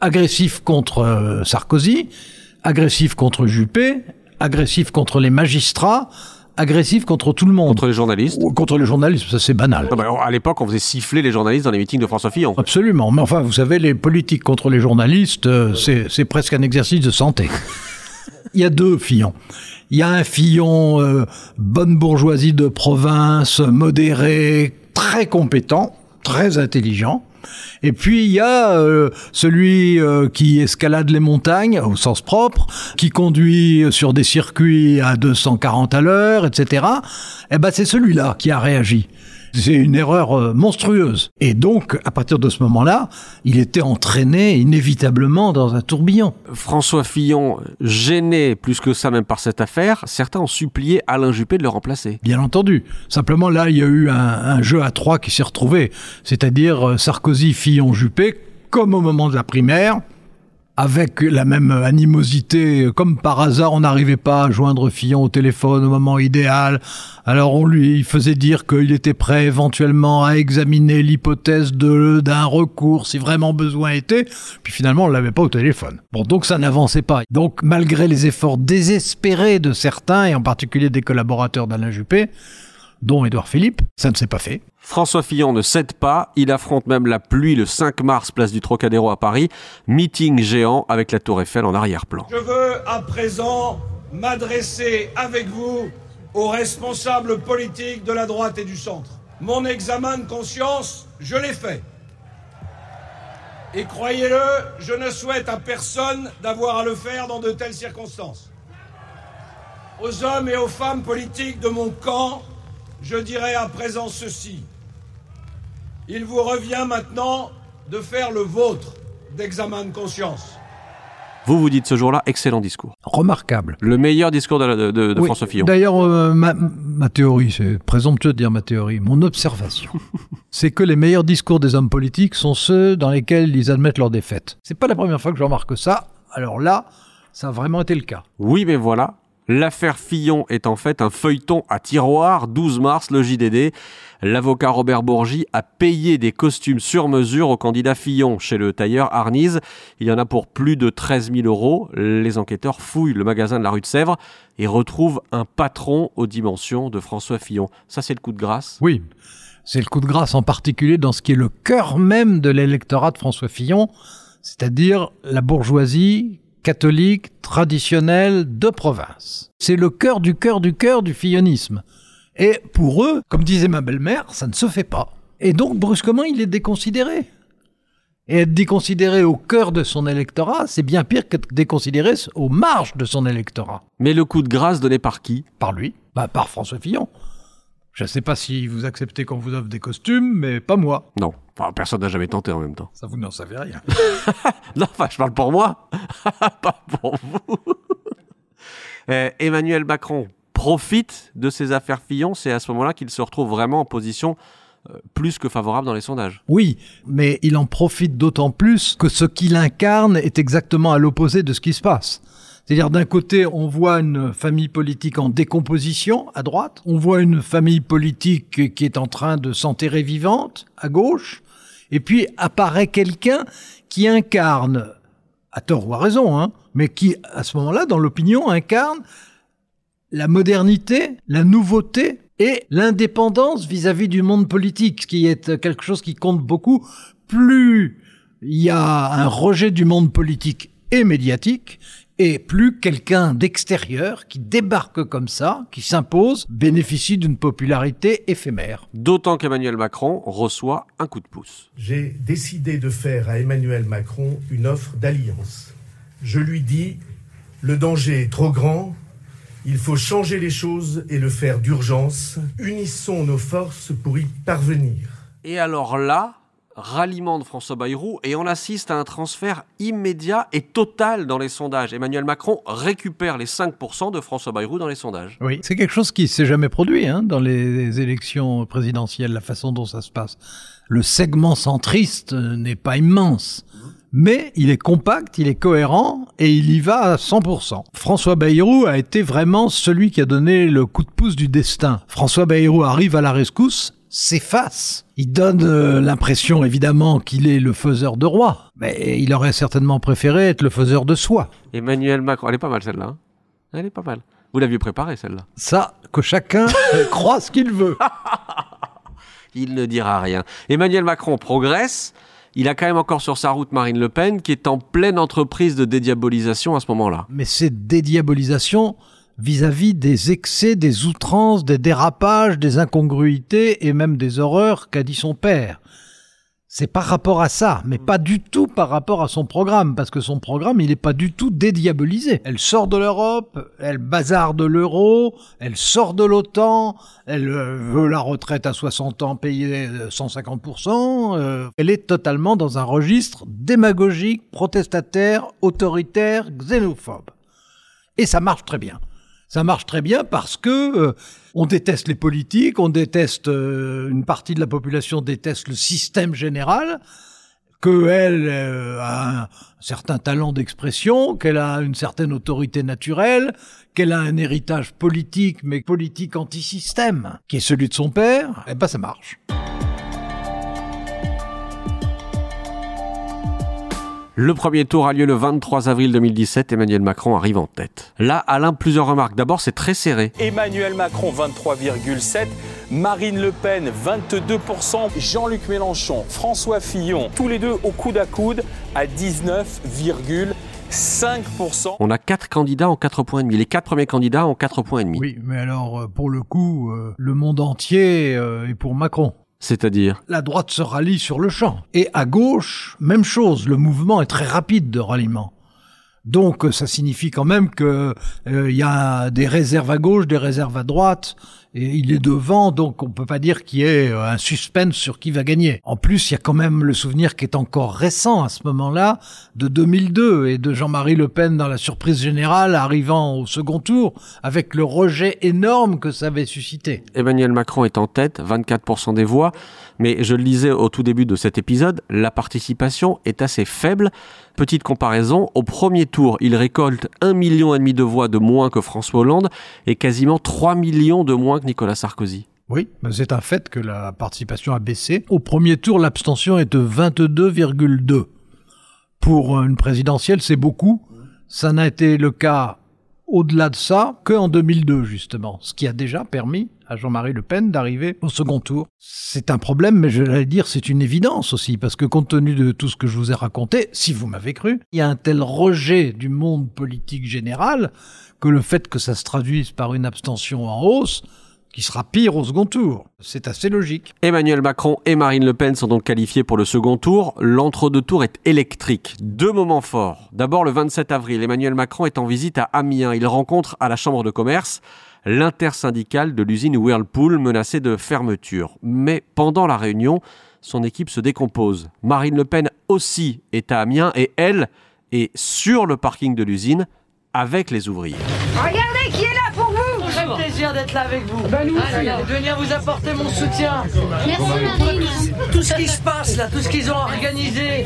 contre Sarkozy, agressif contre Juppé, agressif contre les magistrats, agressif contre tout le monde. Contre les journalistes. Contre les journalistes, ça c'est banal. À l'époque, on faisait siffler les journalistes dans les meetings de François Fillon. Absolument. Mais enfin, vous savez, les politiques contre les journalistes, c'est presque un exercice de santé. Il y a deux Fillons. Il y a un Fillon bonne bourgeoisie de province, modéré, très compétent, très intelligent. Et puis il y a celui qui escalade les montagnes au sens propre, qui conduit sur des circuits à 240 à l'heure, etc. Eh ben c'est celui-là qui a réagi. C'est une erreur monstrueuse. Et donc, à partir de ce moment-là, il était entraîné inévitablement dans un tourbillon. François Fillon, gêné plus que ça même par cette affaire, certains ont supplié Alain Juppé de le remplacer. Bien entendu. Simplement, là, il y a eu un jeu à trois qui s'est retrouvé. C'est-à-dire Sarkozy, Fillon, Juppé, comme au moment de la primaire. avec la même animosité. Comme par hasard, on n'arrivait pas à joindre Fillon au téléphone au moment idéal. Alors on lui faisait dire qu'il était prêt éventuellement à examiner l'hypothèse d'un recours si vraiment besoin était. Puis finalement, on l'avait pas au téléphone. Bon, donc ça n'avançait pas. Donc malgré les efforts désespérés de certains, et en particulier des collaborateurs d'Alain Juppé, dont Édouard Philippe, ça ne s'est pas fait. François Fillon ne cède pas, il affronte même la pluie le 5 mars, place du Trocadéro à Paris. Meeting géant avec la Tour Eiffel en arrière-plan. Je veux à présent m'adresser avec vous aux responsables politiques de la droite et du centre. Mon examen de conscience, je l'ai fait. Et croyez-le, je ne souhaite à personne d'avoir à le faire dans de telles circonstances. Aux hommes et aux femmes politiques de mon camp, je dirai à présent ceci. Il vous revient maintenant de faire le vôtre d'examen de conscience. Vous dites ce jour-là, excellent discours. Remarquable. Le meilleur discours de oui. François Fillon. D'ailleurs, ma théorie, c'est présomptueux de dire ma théorie, mon observation, c'est que les meilleurs discours des hommes politiques sont ceux dans lesquels ils admettent leur défaite. C'est pas la première fois que je remarque ça. Alors là, ça a vraiment été le cas. Oui, mais voilà. L'affaire Fillon est en fait un feuilleton à tiroir. 12 mars, le JDD. L'avocat Robert Bourgi a payé des costumes sur mesure au candidat Fillon chez le tailleur Arnise. Il y en a pour plus de 13 000 €. Les enquêteurs fouillent le magasin de la rue de Sèvres et retrouvent un patron aux dimensions de François Fillon. Ça, c'est le coup de grâce. Oui, c'est le coup de grâce en particulier dans ce qui est le cœur même de l'électorat de François Fillon, c'est-à-dire la bourgeoisie catholique, traditionnelle, de province. C'est le cœur du fillonisme. Et pour eux, comme disait ma belle-mère, ça ne se fait pas. Et donc, brusquement, il est déconsidéré. Et être déconsidéré au cœur de son électorat, c'est bien pire qu'être déconsidéré aux marges de son électorat. Mais le coup de grâce donné par qui ? Par lui. Par François Fillon. Je ne sais pas si vous acceptez qu'on vous offre des costumes, mais pas moi. Non, enfin, personne n'a jamais tenté en même temps. Ça, vous n'en savez rien. Non, enfin, je parle pour moi, pas pour vous. Emmanuel Macron profite de ces affaires Fillon, c'est à ce moment-là qu'il se retrouve vraiment en position plus que favorable dans les sondages. Oui, mais il en profite d'autant plus que ce qu'il incarne est exactement à l'opposé de ce qui se passe. C'est-à-dire, d'un côté, on voit une famille politique en décomposition, à droite. On voit une famille politique qui est en train de s'enterrer vivante, à gauche. Et puis, apparaît quelqu'un qui incarne, à tort ou à raison, mais qui, à ce moment-là, dans l'opinion, incarne la modernité, la nouveauté et l'indépendance vis-à-vis du monde politique, ce qui est quelque chose qui compte beaucoup. Plus il y a un rejet du monde politique et médiatique, et plus quelqu'un d'extérieur qui débarque comme ça, qui s'impose, bénéficie d'une popularité éphémère. D'autant qu'Emmanuel Macron reçoit un coup de pouce. J'ai décidé de faire à Emmanuel Macron une offre d'alliance. Je lui dis, le danger est trop grand, il faut changer les choses et le faire d'urgence. Unissons nos forces pour y parvenir. Et alors là, ralliement de François Bayrou, et on assiste à un transfert immédiat et total dans les sondages. Emmanuel Macron récupère les 5% de François Bayrou dans les sondages. Oui, c'est quelque chose qui ne s'est jamais produit dans les élections présidentielles, la façon dont ça se passe. Le segment centriste n'est pas immense, mais il est compact, il est cohérent, et il y va à 100%. François Bayrou a été vraiment celui qui a donné le coup de pouce du destin. François Bayrou arrive à la rescousse, s'efface. Il donne l'impression, évidemment, qu'il est le faiseur de roi. Mais il aurait certainement préféré être le faiseur de soi. Emmanuel Macron, elle est pas mal celle-là. Elle est pas mal. Vous l'aviez préparée celle-là. Ça, que chacun croit ce qu'il veut. Il ne dira rien. Emmanuel Macron progresse. Il a quand même encore sur sa route Marine Le Pen, qui est en pleine entreprise de dédiabolisation à ce moment-là. Mais cette dédiabolisation vis-à-vis des excès, des outrances, des dérapages, des incongruités et même des horreurs qu'a dit son père. C'est par rapport à ça, mais pas du tout par rapport à son programme, parce que son programme, il n'est pas du tout dédiabolisé. Elle sort de l'Europe, elle bazarde l'euro, elle sort de l'OTAN, elle veut la retraite à 60 ans payée 150%, elle est totalement dans un registre démagogique, protestataire, autoritaire, xénophobe. Et ça marche très bien. Ça marche très bien parce que on déteste les politiques, on déteste une partie de la population déteste le système général. qu'elle a un certain talent d'expression, qu'elle a une certaine autorité naturelle, qu'elle a un héritage politique, mais politique anti-système, qui est celui de son père, eh ben ça marche. Le premier tour a lieu le 23 avril 2017, Emmanuel Macron arrive en tête. Là, Alain, plusieurs remarques. D'abord, c'est très serré. Emmanuel Macron, 23,7%. Marine Le Pen, 22%. Jean-Luc Mélenchon, François Fillon, tous les deux au coude à coude à 19,5%. On a 4 candidats en 4,5 points. Les 4 premiers candidats en 4,5 points. Oui, mais alors, pour le coup, le monde entier est pour Macron. C'est-à-dire ? La droite se rallie sur le champ. Et à gauche, même chose, le mouvement est très rapide de ralliement. Donc ça signifie quand même que y a des réserves à gauche, des réserves à droite, et il est devant, donc on peut pas dire qu'il y ait un suspense sur qui va gagner. En plus, il y a quand même le souvenir qui est encore récent à ce moment-là, de 2002, et de Jean-Marie Le Pen dans la surprise générale arrivant au second tour, avec le rejet énorme que ça avait suscité. Emmanuel Macron est en tête, 24% des voix, mais je le disais au tout début de cet épisode, la participation est assez faible. Petite comparaison, au premier tour, il récolte 1,5 million de voix de moins que François Hollande et quasiment 3 millions de moins que Nicolas Sarkozy. Oui, c'est un fait que la participation a baissé. Au premier tour, l'abstention est de 22,2. Pour une présidentielle, c'est beaucoup. Ça n'a été le cas au-delà de ça qu'en 2002, justement, ce qui a déjà permis à Jean-Marie Le Pen d'arriver au second tour. C'est un problème, mais je vais dire c'est une évidence aussi, parce que compte tenu de tout ce que je vous ai raconté, si vous m'avez cru, il y a un tel rejet du monde politique général que le fait que ça se traduise par une abstention en hausse, qui sera pire au second tour. C'est assez logique. Emmanuel Macron et Marine Le Pen sont donc qualifiés pour le second tour. L'entre-deux-tours est électrique. 2 moments forts. D'abord, le 27 avril, Emmanuel Macron est en visite à Amiens. Il rencontre à la Chambre de commerce l'intersyndicale de l'usine Whirlpool menacée de fermeture. Mais pendant la réunion, son équipe se décompose. Marine Le Pen aussi est à Amiens et elle est sur le parking de l'usine avec les ouvriers. Regardez qui est là pour vous. Très plaisir d'être là avec vous. Ben nous aussi. De venir vous apporter mon soutien. Merci Marine. Tout ce qui se passe là, tout ce qu'ils ont organisé.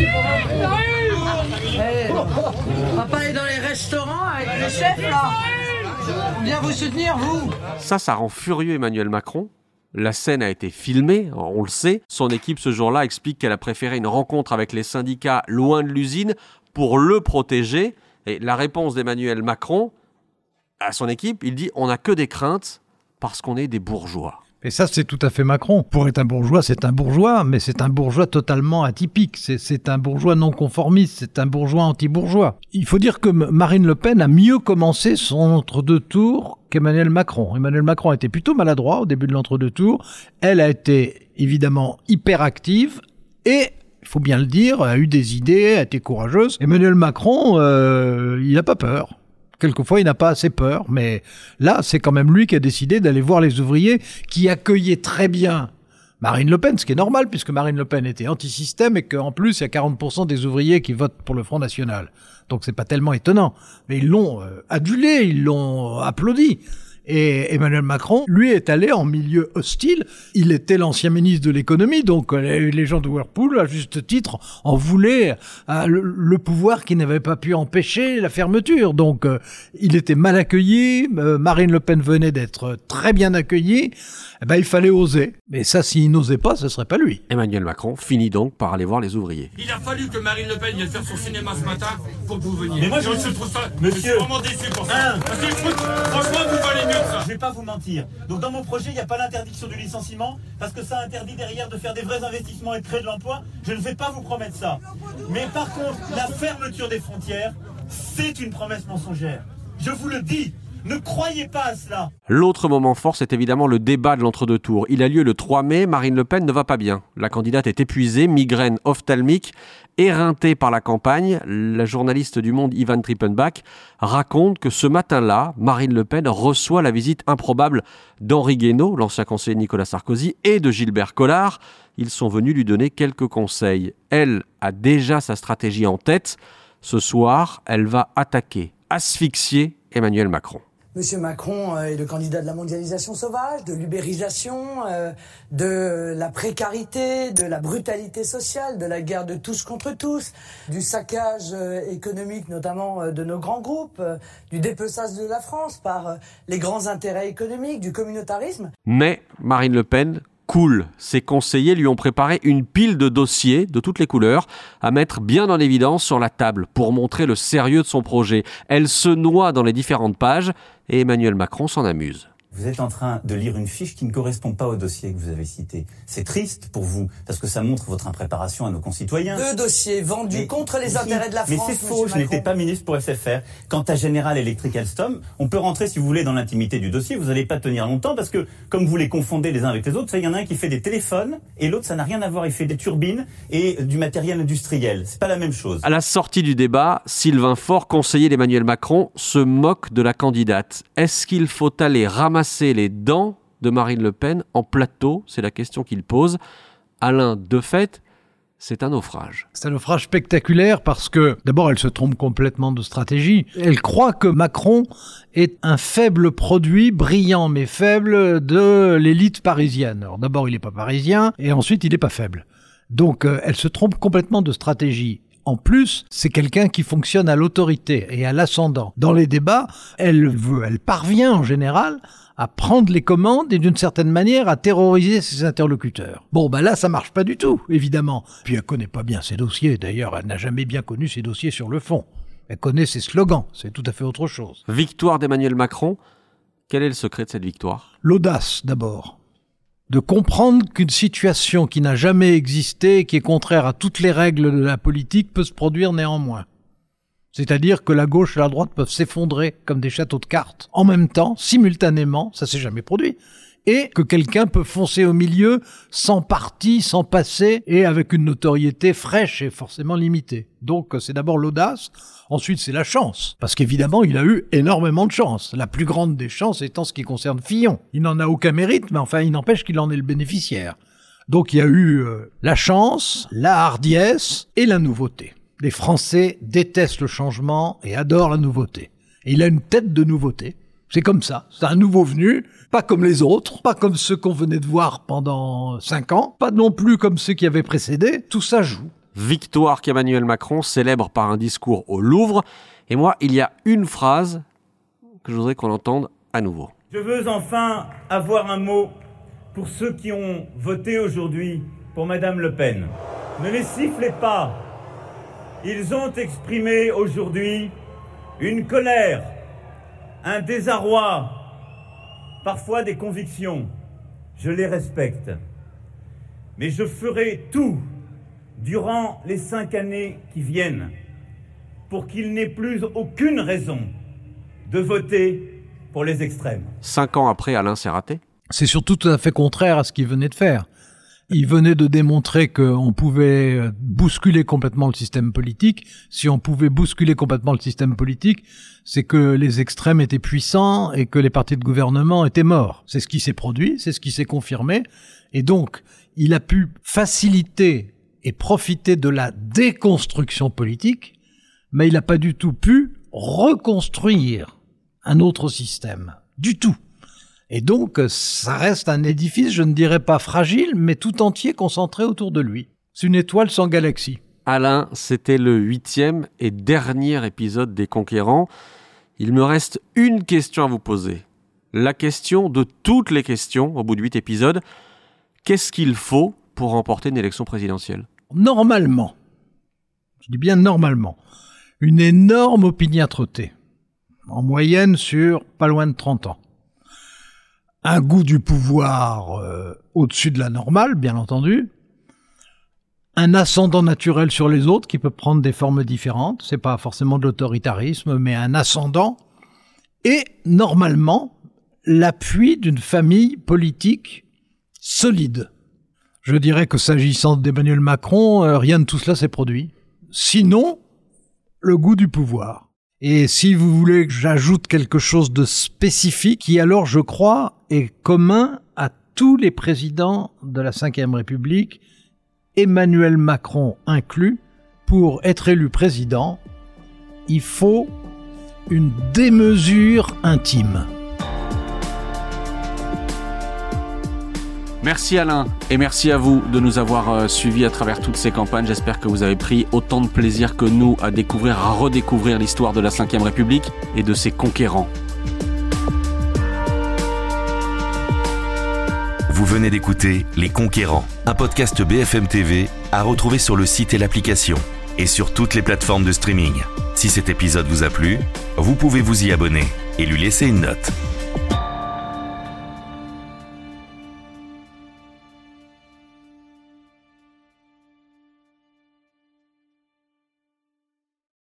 On va pas aller dans les restaurants avec le chef là. Bien vous soutenir, vous. Ça rend furieux Emmanuel Macron. La scène a été filmée, on le sait. Son équipe ce jour-là explique qu'elle a préféré une rencontre avec les syndicats loin de l'usine pour le protéger. Et la réponse d'Emmanuel Macron à son équipe, il dit « on n'a que des craintes parce qu'on est des bourgeois ». Et ça, c'est tout à fait Macron. Pour être un bourgeois, c'est un bourgeois, mais c'est un bourgeois totalement atypique. C'est un bourgeois non conformiste, c'est un bourgeois anti-bourgeois. Il faut dire que Marine Le Pen a mieux commencé son entre-deux tours qu'Emmanuel Macron. Emmanuel Macron a été plutôt maladroit au début de l'entre-deux tours. Elle a été évidemment hyper active et, il faut bien le dire, a eu des idées, a été courageuse. Emmanuel Macron, il n'a pas peur. Quelquefois, il n'a pas assez peur, mais là, c'est quand même lui qui a décidé d'aller voir les ouvriers qui accueillaient très bien Marine Le Pen, ce qui est normal, puisque Marine Le Pen était anti-système et qu'en plus, il y a 40% des ouvriers qui votent pour le Front National. Donc, c'est pas tellement étonnant. Mais ils l'ont adulé, ils l'ont applaudi. Et Emmanuel Macron, lui, est allé en milieu hostile. Il était l'ancien ministre de l'économie, donc les gens de Whirlpool, à juste titre, en voulaient le pouvoir qui n'avait pas pu empêcher la fermeture. Donc, il était mal accueilli. Marine Le Pen venait d'être très bien accueillie. Eh ben, il fallait oser. Mais ça, s'il n'osait pas, ce serait pas lui. Emmanuel Macron finit donc par aller voir les ouvriers. Il a fallu que Marine Le Pen vienne faire son cinéma ce matin pour que vous veniez. Mais moi, je trouve ça. Monsieur, je suis vraiment déçu pour ça. Parce que franchement, vous valez mieux que ça. Je vais pas vous mentir. Donc dans mon projet, il n'y a pas l'interdiction du licenciement parce que ça interdit derrière de faire des vrais investissements et de créer de l'emploi. Je ne vais pas vous promettre ça. Mais par contre, la fermeture des frontières, c'est une promesse mensongère. Je vous le dis. Ne croyez pas à cela. L'autre moment fort, c'est évidemment le débat de l'entre-deux tours. Il a lieu le 3 mai, Marine Le Pen ne va pas bien. La candidate est épuisée, migraine ophtalmique, éreintée par la campagne. La journaliste du Monde, Ivan Trippenbach, raconte que ce matin-là, Marine Le Pen reçoit la visite improbable d'Henri Guénaud, l'ancien conseiller de Nicolas Sarkozy, et de Gilbert Collard. Ils sont venus lui donner quelques conseils. Elle a déjà sa stratégie en tête. Ce soir, elle va attaquer, asphyxier Emmanuel Macron. Monsieur Macron est le candidat de la mondialisation sauvage, de l'ubérisation, de la précarité, de la brutalité sociale, de la guerre de tous contre tous, du saccage économique notamment de nos grands groupes, du dépeçage de la France par les grands intérêts économiques, du communautarisme. Mais Marine Le Pen cool. Ses conseillers lui ont préparé une pile de dossiers de toutes les couleurs à mettre bien en évidence sur la table pour montrer le sérieux de son projet. Elle se noie dans les différentes pages et Emmanuel Macron s'en amuse. Vous êtes en train de lire une fiche qui ne correspond pas au dossier que vous avez cité. C'est triste pour vous, parce que ça montre votre impréparation à nos concitoyens. 2 dossiers vendus contre les intérêts de la France. Mais c'est faux, je n'étais pas ministre pour SFR. Quant à General Electric Alstom, on peut rentrer, si vous voulez, dans l'intimité du dossier. Vous n'allez pas tenir longtemps, parce que, comme vous les confondez les uns avec les autres, il y en a un qui fait des téléphones, et l'autre, ça n'a rien à voir. Il fait des turbines et du matériel industriel. C'est pas la même chose. À la sortie du débat, Sylvain Faure, conseiller d'Emmanuel Macron, se moque de la candidate. Est-ce qu'il faut aller ramasser les dents de Marine Le Pen en plateau? C'est la question qu'il pose. Alain, de fait, c'est un naufrage. C'est un naufrage spectaculaire parce que, d'abord, elle se trompe complètement de stratégie. Elle croit que Macron est un faible produit, brillant mais faible, de l'élite parisienne. Alors d'abord, il n'est pas parisien, et ensuite, il n'est pas faible. Donc, elle se trompe complètement de stratégie. En plus, c'est quelqu'un qui fonctionne à l'autorité et à l'ascendant. Dans les débats, elle parvient en général à prendre les commandes et d'une certaine manière à terroriser ses interlocuteurs. Bon, là, ça marche pas du tout, évidemment. Puis elle connaît pas bien ses dossiers. D'ailleurs, elle n'a jamais bien connu ses dossiers sur le fond. Elle connaît ses slogans. C'est tout à fait autre chose. Victoire d'Emmanuel Macron. Quel est le secret de cette victoire? L'audace, d'abord. De comprendre qu'une situation qui n'a jamais existé, qui est contraire à toutes les règles de la politique, peut se produire néanmoins. C'est-à-dire que la gauche et la droite peuvent s'effondrer comme des châteaux de cartes. En même temps, simultanément, ça s'est jamais produit. Et que quelqu'un peut foncer au milieu sans parti, sans passé, et avec une notoriété fraîche et forcément limitée. Donc c'est d'abord l'audace, ensuite c'est la chance. Parce qu'évidemment, il a eu énormément de chance. La plus grande des chances étant ce qui concerne Fillon. Il n'en a aucun mérite, mais enfin il n'empêche qu'il en est le bénéficiaire. Donc il y a eu la chance, la hardiesse et la nouveauté. Les Français détestent le changement et adorent la nouveauté. Et il a une tête de nouveauté. C'est comme ça. C'est un nouveau venu, pas comme les autres, pas comme ceux qu'on venait de voir pendant 5 ans, pas non plus comme ceux qui avaient précédé. Tout ça joue. Victoire qu'Emmanuel Macron célèbre par un discours au Louvre. Et moi, il y a une phrase que je voudrais qu'on entende à nouveau. Je veux enfin avoir un mot pour ceux qui ont voté aujourd'hui pour Madame Le Pen. Ne les sifflez pas. Ils ont exprimé aujourd'hui une colère, un désarroi, parfois des convictions. Je les respecte. Mais je ferai tout durant les 5 années qui viennent pour qu'il n'ait plus aucune raison de voter pour les extrêmes. 5 ans après, Alain s'est raté. C'est surtout tout à fait contraire à ce qu'il venait de faire. Il venait de démontrer qu'on pouvait bousculer complètement le système politique. Si on pouvait bousculer complètement le système politique, c'est que les extrêmes étaient puissants et que les partis de gouvernement étaient morts. C'est ce qui s'est produit, c'est ce qui s'est confirmé. Et donc, il a pu faciliter et profiter de la déconstruction politique, mais il n'a pas du tout pu reconstruire un autre système. Du tout. Et donc, ça reste un édifice, je ne dirais pas fragile, mais tout entier concentré autour de lui. C'est une étoile sans galaxie. Alain, c'était le 8e et dernier épisode des Conquérants. Il me reste une question à vous poser. La question de toutes les questions, au bout de 8 épisodes. Qu'est-ce qu'il faut pour remporter une élection présidentielle? Normalement, je dis bien normalement, une énorme opiniâtreté. En moyenne sur pas loin de 30 ans. Un goût du pouvoir au-dessus de la normale, bien entendu. Un ascendant naturel sur les autres qui peut prendre des formes différentes. C'est pas forcément de l'autoritarisme, mais un ascendant. Et, normalement, l'appui d'une famille politique solide. Je dirais que s'agissant d'Emmanuel Macron, rien de tout cela s'est produit. Sinon, le goût du pouvoir. Et si vous voulez que j'ajoute quelque chose de spécifique, qui alors, je crois, est commun à tous les présidents de la Ve République, Emmanuel Macron inclus, pour être élu président, il faut une démesure intime. Merci Alain et merci à vous de nous avoir suivis à travers toutes ces campagnes. J'espère que vous avez pris autant de plaisir que nous à découvrir, à redécouvrir l'histoire de la Ve République et de ses conquérants. Vous venez d'écouter Les Conquérants, un podcast BFM TV à retrouver sur le site et l'application et sur toutes les plateformes de streaming. Si cet épisode vous a plu, vous pouvez vous y abonner et lui laisser une note.